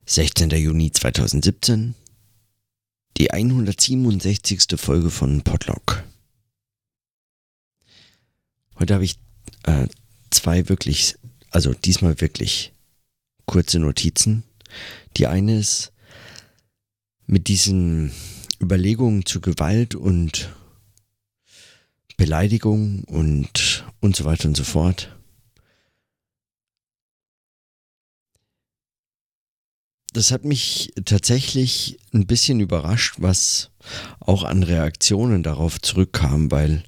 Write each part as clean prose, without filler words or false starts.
16. Juni 2017, die 167. Folge von Podlog. Heute habe ich zwei wirklich, also diesmal wirklich kurze Notizen. Die eine ist mit diesen Überlegungen zu Gewalt und Beleidigung und so weiter und so fort. Das hat mich tatsächlich ein bisschen überrascht, was auch an Reaktionen darauf zurückkam, weil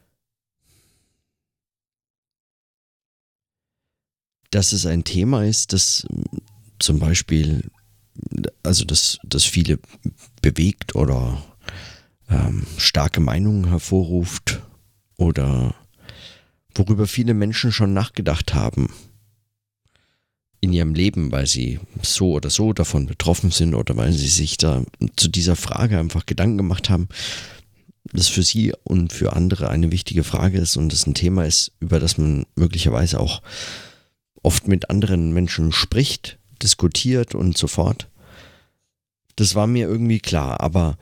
dass es ein Thema ist, das zum Beispiel, also das viele bewegt oder starke Meinungen hervorruft oder worüber viele Menschen schon nachgedacht haben in ihrem Leben, weil sie so oder so davon betroffen sind oder weil sie sich da zu dieser Frage einfach Gedanken gemacht haben, das für sie und für andere eine wichtige Frage ist und es ein Thema ist, über das man möglicherweise auch oft mit anderen Menschen spricht, diskutiert und so fort. Das war mir irgendwie klar, aber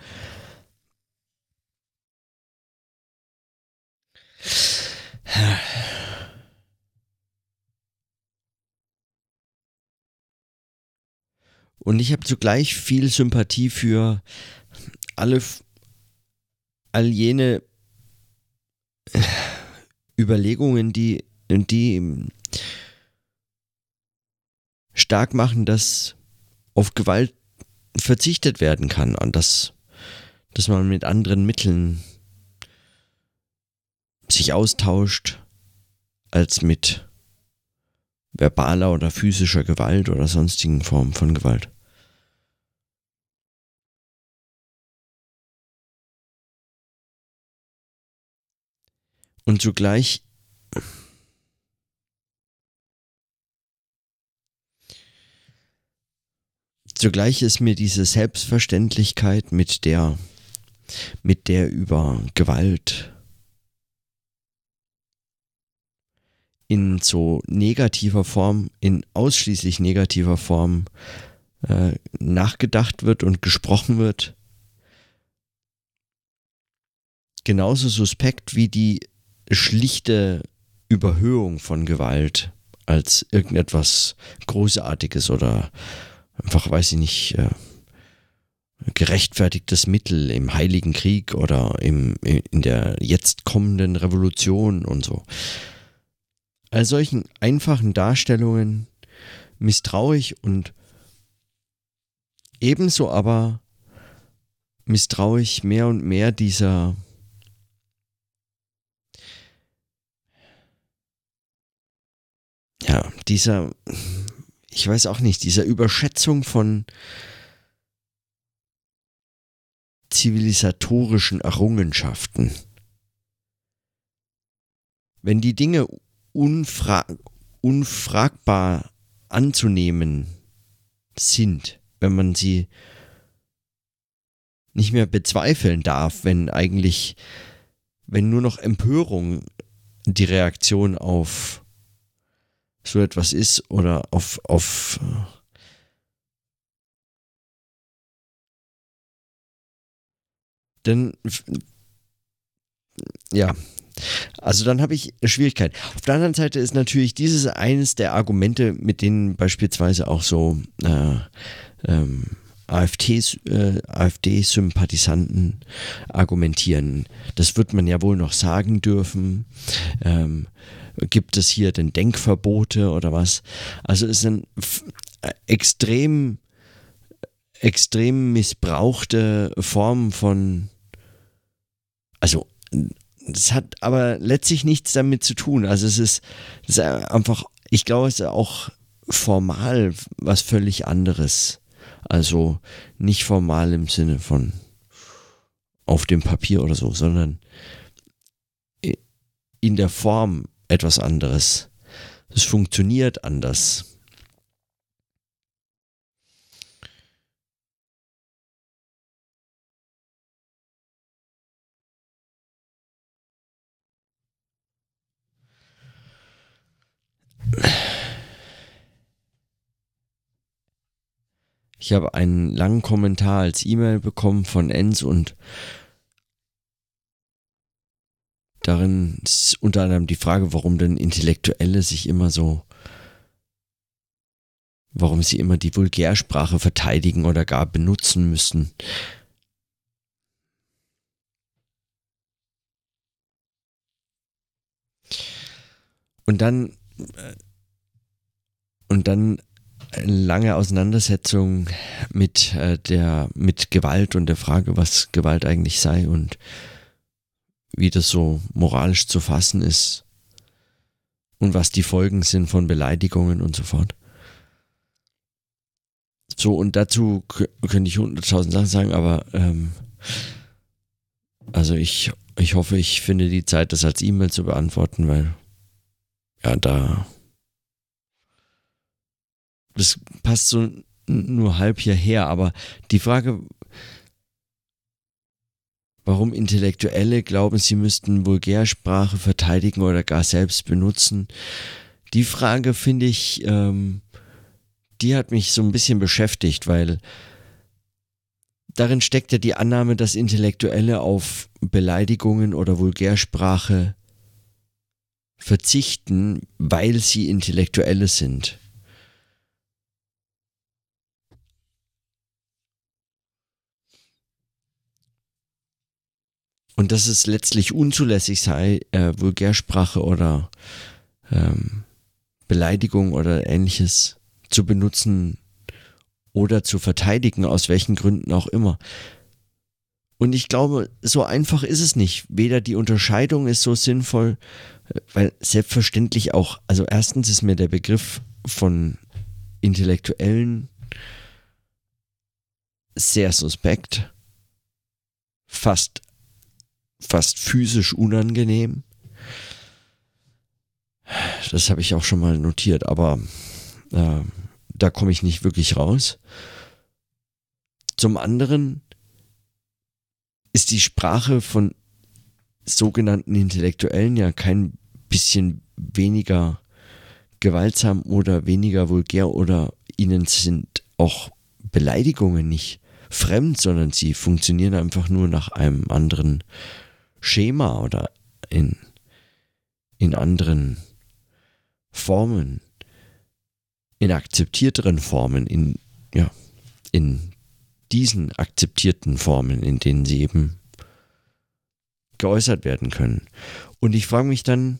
und ich habe zugleich viel Sympathie für alle, all jene Überlegungen, die stark machen, dass auf Gewalt verzichtet werden kann und dass man mit anderen Mitteln sich austauscht, als mit verbaler oder physischer Gewalt oder sonstigen Formen von Gewalt. Und zugleich ist mir diese Selbstverständlichkeit, mit der über Gewalt in so negativer Form, in ausschließlich negativer Form nachgedacht wird und gesprochen wird, genauso suspekt wie die schlichte Überhöhung von Gewalt als irgendetwas Großartiges oder einfach, weiß ich nicht, gerechtfertigtes Mittel im Heiligen Krieg oder in der jetzt kommenden Revolution und so. All solchen einfachen Darstellungen misstraue ich und ebenso aber misstraue ich mehr und mehr dieser ich weiß auch nicht, dieser Überschätzung von zivilisatorischen Errungenschaften. Wenn die Dinge unfragbar anzunehmen sind, wenn man sie nicht mehr bezweifeln darf, wenn nur noch Empörung die Reaktion auf so etwas ist oder auf dann ja, also dann habe ich Schwierigkeiten. Auf der anderen Seite ist natürlich dieses eines der Argumente, mit denen beispielsweise auch so AfD-Sympathisanten argumentieren. Das wird man ja wohl noch sagen dürfen. Gibt es hier denn Denkverbote oder was? Also es sind extrem missbrauchte Formen von, also das hat aber letztlich nichts damit zu tun. Also es ist einfach, ich glaube, es ist auch formal was völlig anderes. Also nicht formal im Sinne von auf dem Papier oder so, sondern in der Form etwas anderes. Es funktioniert anders. Ich habe einen langen Kommentar als E-Mail bekommen von Enz und darin ist unter anderem die Frage, warum denn Intellektuelle sich immer so, warum sie immer die Vulgärsprache verteidigen oder gar benutzen müssen. Und dann eine lange Auseinandersetzung mit Gewalt und der Frage, was Gewalt eigentlich sei und wie das so moralisch zu fassen ist und was die Folgen sind von Beleidigungen und so fort. So, und dazu könnte ich 100.000 Sachen sagen, aber also ich hoffe, ich finde die Zeit, das als E-Mail zu beantworten, weil ja, das passt so nur halb hierher, aber die Frage, warum Intellektuelle glauben, sie müssten Vulgärsprache verteidigen oder gar selbst benutzen, die Frage finde ich, die hat mich so ein bisschen beschäftigt, weil darin steckt ja die Annahme, dass Intellektuelle auf Beleidigungen oder Vulgärsprache verzichten, weil sie Intellektuelle sind. Und dass es letztlich unzulässig sei, Vulgärsprache oder Beleidigung oder ähnliches zu benutzen oder zu verteidigen, aus welchen Gründen auch immer. Und ich glaube, so einfach ist es nicht. Weder die Unterscheidung ist so sinnvoll, weil selbstverständlich auch, also erstens ist mir der Begriff von Intellektuellen sehr suspekt, fast physisch unangenehm. Das habe ich auch schon mal notiert, aber da komme ich nicht wirklich raus. Zum anderen ist die Sprache von sogenannten Intellektuellen ja kein bisschen weniger gewaltsam oder weniger vulgär oder ihnen sind auch Beleidigungen nicht fremd, sondern sie funktionieren einfach nur nach einem anderen Schema oder in anderen Formen, in akzeptierteren Formen, in diesen akzeptierten Formen, in denen sie eben geäußert werden können. Und ich frage mich dann,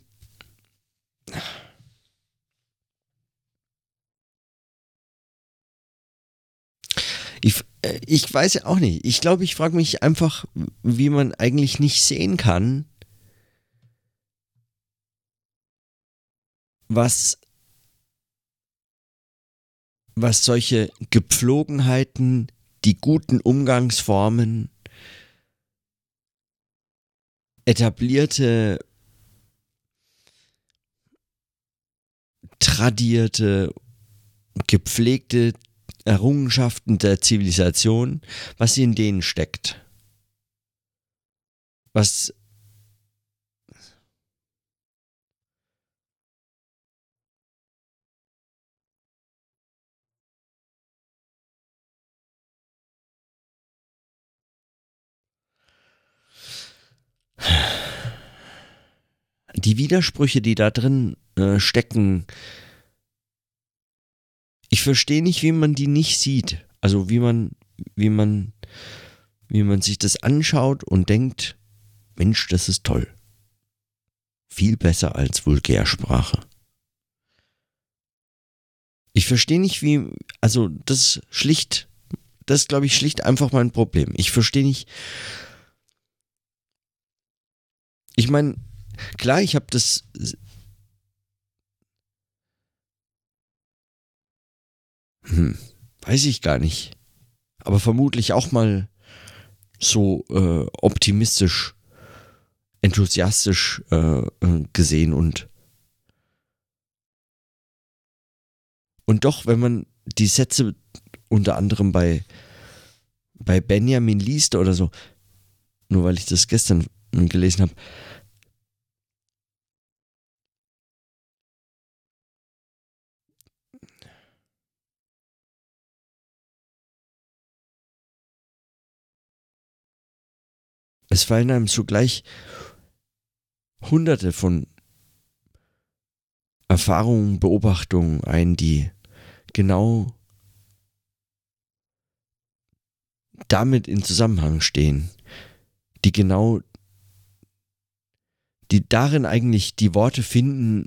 ich weiß ja auch nicht. Ich glaube, ich frage mich einfach, wie man eigentlich nicht sehen kann, was, was solche Gepflogenheiten, die guten Umgangsformen, etablierte, tradierte, gepflegte Errungenschaften der Zivilisation, was in denen steckt. Was, die Widersprüche, die da drin stecken, ich verstehe nicht, wie man die nicht sieht. Also wie man, wie man sich das anschaut und denkt, Mensch, das ist toll. Viel besser als Vulgärsprache. Ich verstehe nicht, also das ist, glaube ich, schlicht einfach mein Problem. Ich verstehe nicht, ich meine, klar, ich habe das, weiß ich gar nicht, aber vermutlich auch mal so optimistisch, enthusiastisch gesehen und doch, wenn man die Sätze unter anderem bei Benjamin liest oder so, nur weil ich das gestern gelesen habe, Es fallen einem sogleich Hunderte von Erfahrungen, Beobachtungen ein, die genau damit in Zusammenhang stehen, die darin eigentlich die Worte finden,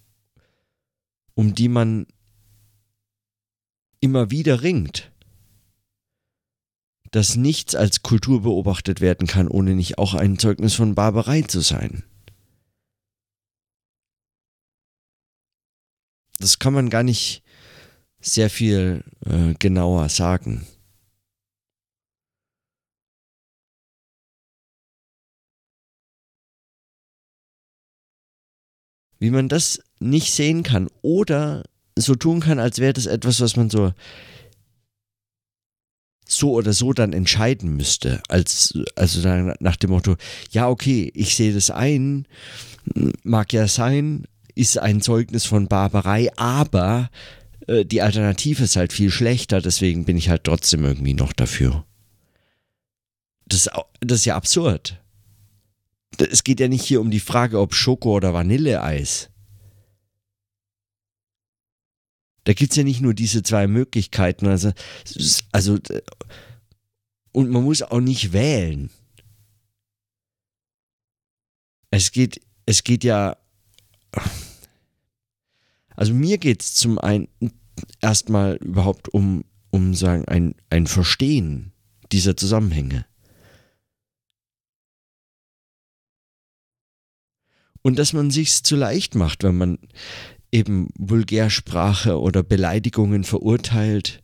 um die man immer wieder ringt. Dass nichts als Kultur beobachtet werden kann, ohne nicht auch ein Zeugnis von Barbarei zu sein. Das kann man gar nicht sehr viel genauer sagen. Wie man das nicht sehen kann oder so tun kann, als wäre das etwas, was man so oder so dann entscheiden müsste. Also dann nach dem Motto, ja okay, ich sehe das ein, mag ja sein, ist ein Zeugnis von Barbarei, aber die Alternative ist halt viel schlechter, deswegen bin ich halt trotzdem irgendwie noch dafür. Das ist ja absurd. Es geht ja nicht hier um die Frage, ob Schoko- oder Vanilleeis. Da gibt es ja nicht nur diese zwei Möglichkeiten. Also, und man muss auch nicht wählen. Es geht ja. Also mir geht es zum einen erstmal überhaupt um sagen, ein Verstehen dieser Zusammenhänge. Und dass man sich's zu leicht macht, wenn man eben Vulgärsprache oder Beleidigungen verurteilt.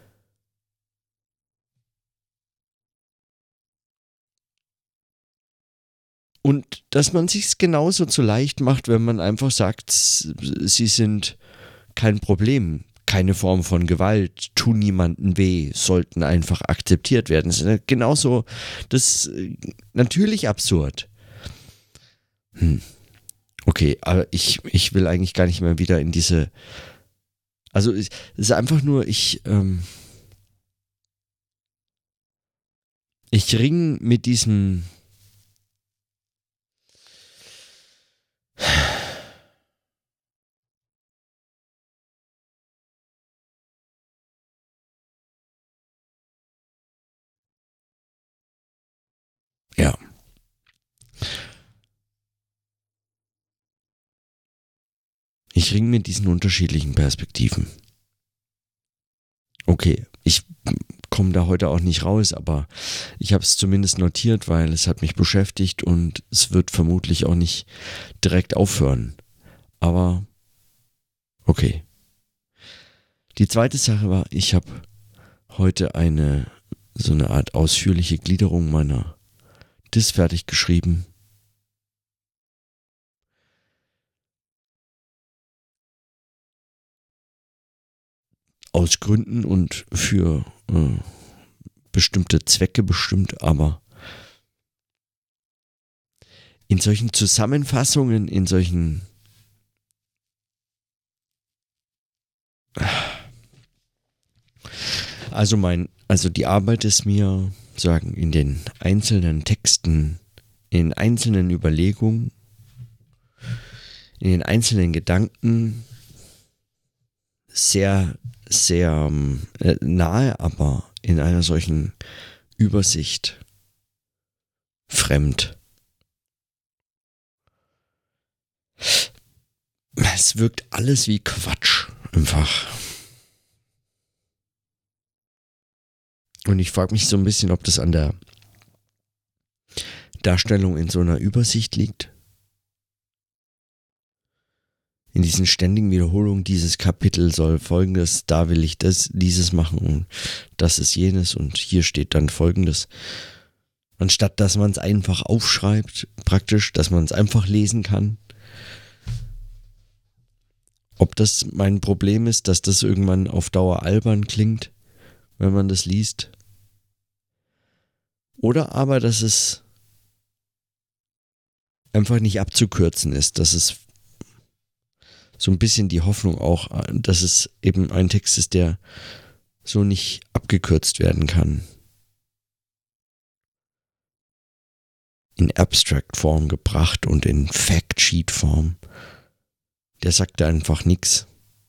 Und dass man sich's genauso zu leicht macht, wenn man einfach sagt, sie sind kein Problem, keine Form von Gewalt, tun niemandem weh, sollten einfach akzeptiert werden. Das ist genauso, das ist natürlich absurd. Okay, aber ich will eigentlich gar nicht mehr wieder in diese. Also es ist einfach nur, ich ringe mit diesem. Ja. Ich ringe mit diesen unterschiedlichen Perspektiven. Okay, ich komme da heute auch nicht raus, aber ich habe es zumindest notiert, weil es hat mich beschäftigt und es wird vermutlich auch nicht direkt aufhören. Aber okay. Die zweite Sache war, ich habe heute so eine Art ausführliche Gliederung meiner Dis fertig geschrieben. Aus Gründen und für bestimmte Zwecke bestimmt, aber in solchen Zusammenfassungen, also die Arbeit ist mir, sagen, in den einzelnen Texten, in den einzelnen Überlegungen, in den einzelnen Gedanken sehr, sehr nahe, aber in einer solchen Übersicht fremd. Es wirkt alles wie Quatsch, einfach. Und ich frage mich so ein bisschen, ob das an der Darstellung in so einer Übersicht liegt. In diesen ständigen Wiederholungen, dieses Kapitel soll folgendes, da will ich dieses machen und das ist jenes und hier steht dann folgendes. Anstatt dass man es einfach aufschreibt, praktisch, dass man es einfach lesen kann. Ob das mein Problem ist, dass das irgendwann auf Dauer albern klingt, wenn man das liest. Oder aber, dass es einfach nicht abzukürzen ist, dass es so ein bisschen die Hoffnung auch, dass es eben ein Text ist, der so nicht abgekürzt werden kann. in Abstract-Form gebracht und in Fact-Sheet-Form. Der sagte einfach nichts.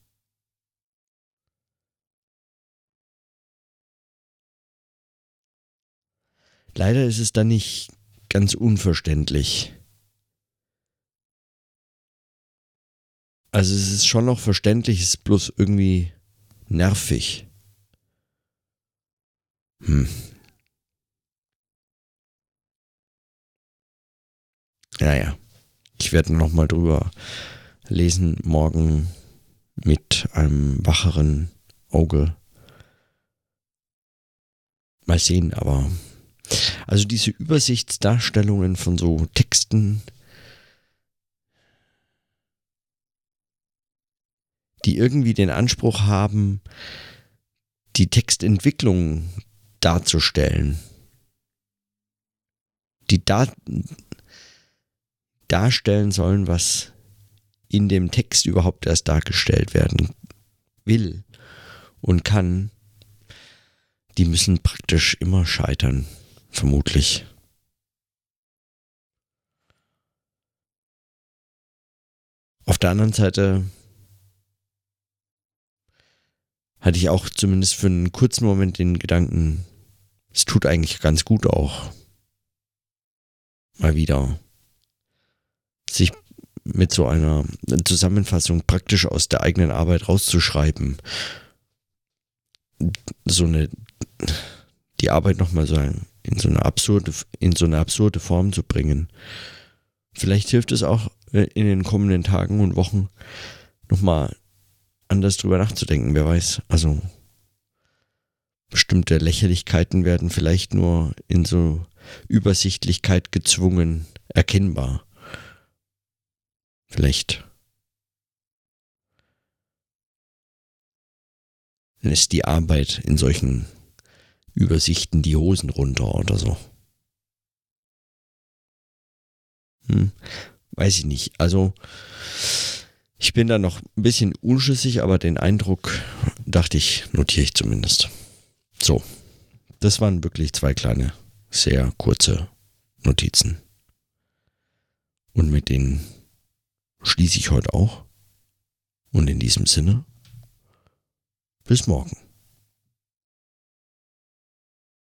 Leider ist es dann nicht ganz unverständlich. Also es ist schon noch verständlich, es ist bloß irgendwie nervig. Naja, ich werde nochmal drüber lesen morgen mit einem wacheren Auge. Mal sehen, aber also diese Übersichtsdarstellungen von so Texten, die irgendwie den Anspruch haben, die Textentwicklung darzustellen, die darstellen sollen, was in dem Text überhaupt erst dargestellt werden will und kann, die müssen praktisch immer scheitern, vermutlich. Auf der anderen Seite hatte ich auch zumindest für einen kurzen Moment den Gedanken, es tut eigentlich ganz gut auch, mal wieder sich mit so einer Zusammenfassung praktisch aus der eigenen Arbeit rauszuschreiben. Die Arbeit nochmal so in so eine absurde Form zu bringen. Vielleicht hilft es auch in den kommenden Tagen und Wochen nochmal anders drüber nachzudenken, wer weiß. Also bestimmte Lächerlichkeiten werden vielleicht nur in so Übersichtlichkeit gezwungen erkennbar. Vielleicht lässt die Arbeit in solchen Übersichten die Hosen runter oder so. Weiß ich nicht. Also ich bin da noch ein bisschen unschlüssig, aber den Eindruck, dachte ich, notiere ich zumindest. So, das waren wirklich 2 kleine, sehr kurze Notizen. Und mit denen schließe ich heute auch. Und in diesem Sinne, bis morgen.